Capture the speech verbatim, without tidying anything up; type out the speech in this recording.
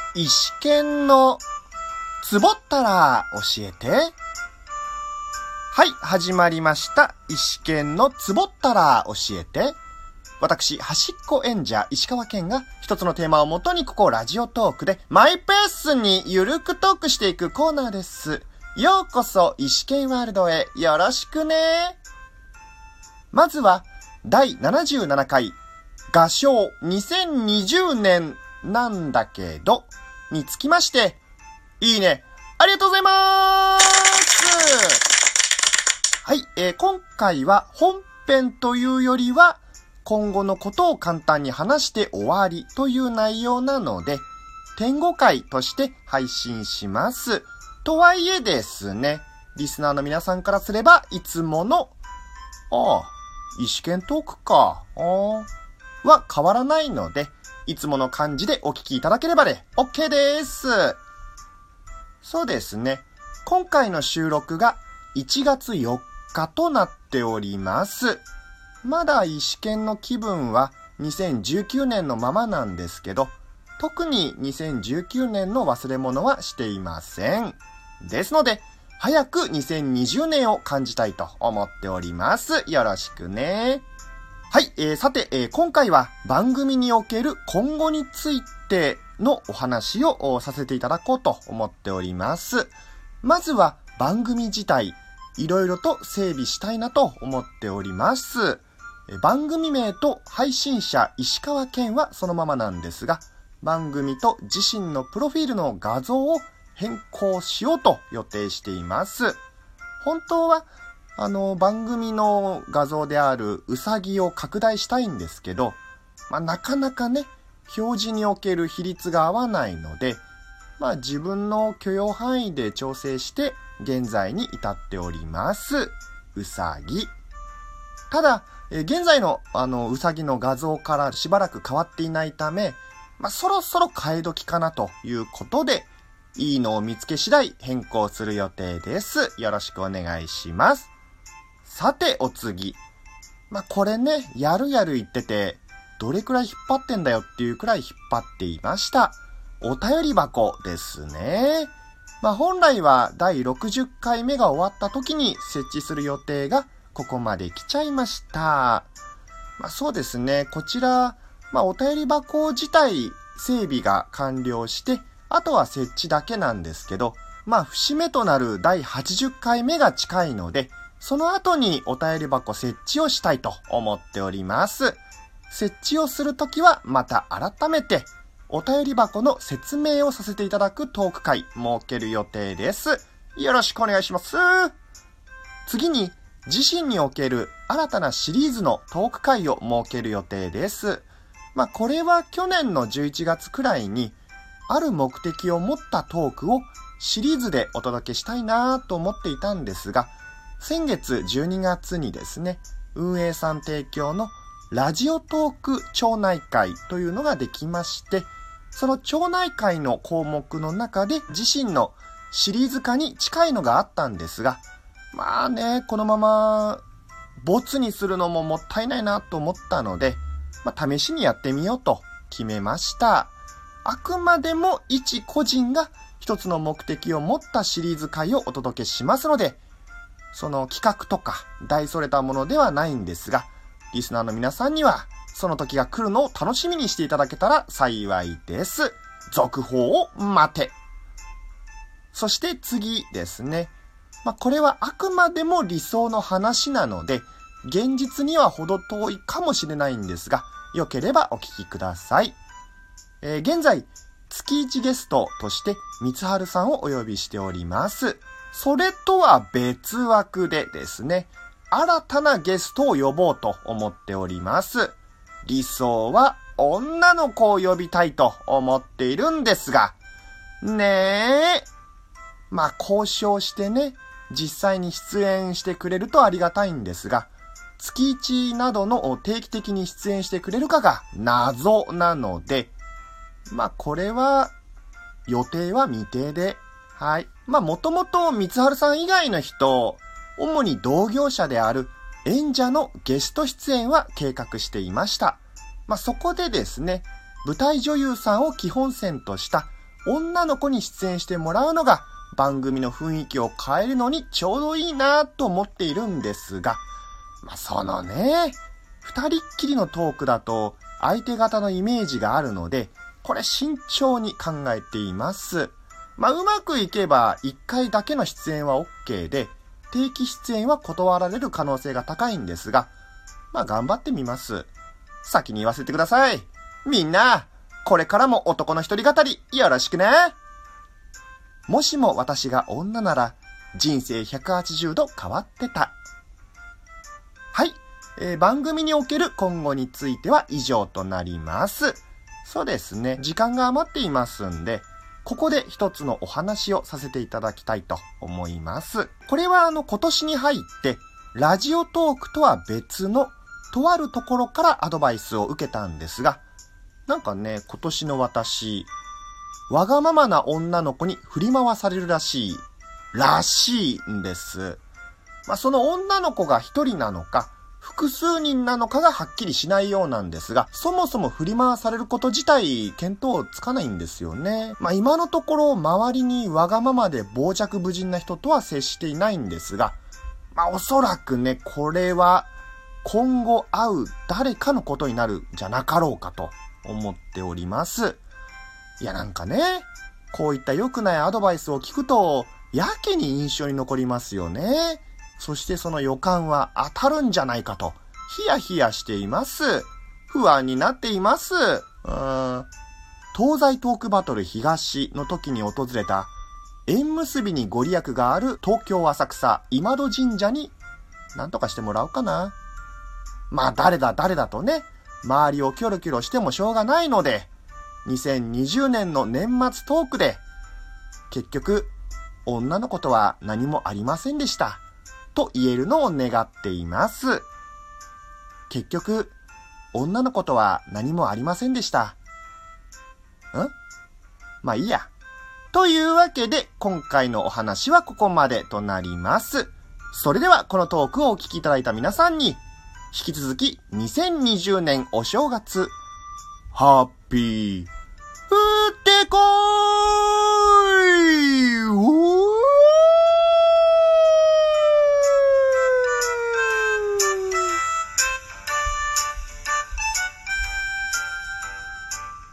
石剣のツボったら教えて。はい、始まりました。石剣のツボったら教えて。私、端っこ演者、石川県が一つのテーマをもとにここラジオトークでマイペースにゆるくトークしていくコーナーです。ようこそ石剣ワールドへよろしくね。まずは、だいななじゅうななかい、画商にせんにじゅうねんなんだけど、につきまして、いいね、ありがとうございまーす。はい、えー、今回は本編というよりは、今後のことを簡単に話して終わりという内容なので、展語会として配信します。とはいえですね、リスナーの皆さんからすれば、いつもの、ああ、石剣トークか、ああ、は変わらないので、いつもの感じでお聞きいただければで OK です。そうですね。今回の収録がいちがつよっかとなっております。まだ石剣の気分はにせんじゅうきゅうねんのままなんですけど、特ににせんじゅうきゅうねんの忘れ物はしていません。ですので、早くにせんにじゅうねんを感じたいと思っております。よろしくね。はい、えー、さて、えー、今回は番組における今後についてのお話をさせていただこうと思っております。まずは番組自体、いろいろと整備したいなと思っております。えー、番組名と配信者石川県はそのままなんですが、番組と自身のプロフィールの画像を変更しようと予定しています。本当はあの、番組の画像であるうさぎを拡大したいんですけど、まあ、なかなかね、表示における比率が合わないので、まあ、自分の許容範囲で調整して、現在に至っております。うさぎ。ただ、え現在のあの、うさぎの画像からしばらく変わっていないため、まあ、そろそろ替え時かなということで、いいのを見つけ次第変更する予定です。よろしくお願いします。さてお次。まあ、これね、やるやる言ってて、どれくらい引っ張ってんだよっていうくらい引っ張っていました。お便り箱ですね。まあ、本来はだいろくじゅっかいめが終わった時に設置する予定がここまで来ちゃいました。まあ、そうですね、こちら、まあ、お便り箱自体整備が完了して、あとは設置だけなんですけど、まあ、節目となるだいはちじゅっかいめが近いので、その後にお便り箱設置をしたいと思っております。設置をするときはまた改めてお便り箱の説明をさせていただくトーク会設ける予定です。よろしくお願いします。次に自身における新たなシリーズのトーク会を設ける予定です。まあこれは去年のじゅういちがつくらいにある目的を持ったトークをシリーズでお届けしたいなと思っていたんですが、先月じゅうにがつにですね、運営さん提供のラジオトーク町内会というのができまして、その町内会の項目の中で自身のシリーズ化に近いのがあったんですが、まあね、このままボツにするのももったいないなと思ったので、まあ、試しにやってみようと決めました。あくまでも一個人が一つの目的を持ったシリーズ会をお届けしますので、その企画とか大それたものではないんですが、リスナーの皆さんにはその時が来るのを楽しみにしていただけたら幸いです。続報を待て。そして次ですね。まあ、これはあくまでも理想の話なので、現実には程遠いかもしれないんですが、よければお聞きください。えー、現在、月いちゲストとして三春さんをお呼びしております。それとは別枠でですね、新たなゲストを呼ぼうと思っております。理想は女の子を呼びたいと思っているんですが、ねえ。まあ交渉してね、実際に出演してくれるとありがたいんですが、月いちなどの定期的に出演してくれるかが謎なので、まあこれは予定は未定で、はい。まあもともと三春さん以外の人、主に同業者である演者のゲスト出演は計画していました。まあそこでですね、舞台女優さんを基本線とした女の子に出演してもらうのが番組の雰囲気を変えるのにちょうどいいなと思っているんですが、まあ、そのね、二人っきりのトークだと相手方のイメージがあるので、これ慎重に考えています。まあ、うまくいけば一回だけの出演は OK で、定期出演は断られる可能性が高いんですが、まあ頑張ってみます。先に言わせてください。みんな、これからも男の一人語りよろしくね。もしも私が女なら人生ひゃくはちじゅうど変わってた。はい、えー、番組における今後については以上となります。そうですね、時間が余っていますんで、ここで一つのお話をさせていただきたいと思います。これはあの今年に入ってラジオトークとは別のとあるところからアドバイスを受けたんですが、なんかね、今年の私、わがままな女の子に振り回されるらしい、らしいんです。まあ、その女の子が一人なのか、複数人なのかがはっきりしないようなんですが、そもそも振り回されること自体、見当つかないんですよね。まあ、今のところ、周りにわがままで傍若無人な人とは接していないんですが、まあ、おそらくね、これは、今後会う誰かのことになるんじゃなかろうかと思っております。いやなんかね、こういった良くないアドバイスを聞くと、やけに印象に残りますよね。そしてその予感は当たるんじゃないかと、ヒヤヒヤしています。不安になっています。うーん。東西トークバトル東の時に訪れた、縁結びにご利益がある東京浅草今戸神社に、なんとかしてもらおうかな。まあ誰だ誰だとね、周りをキョロキョロしてもしょうがないので、にせんにじゅうねんの年末トークで、結局、女の子とは何もありませんでした。と言えるのを願っています。結局、女の子とは何もありませんでした。ん?まあいいや。というわけで、今回のお話はここまでとなります。それでは、このトークをお聞きいただいた皆さんに、引き続きにせんにじゅうねんお正月、ハッピー、ふってこーい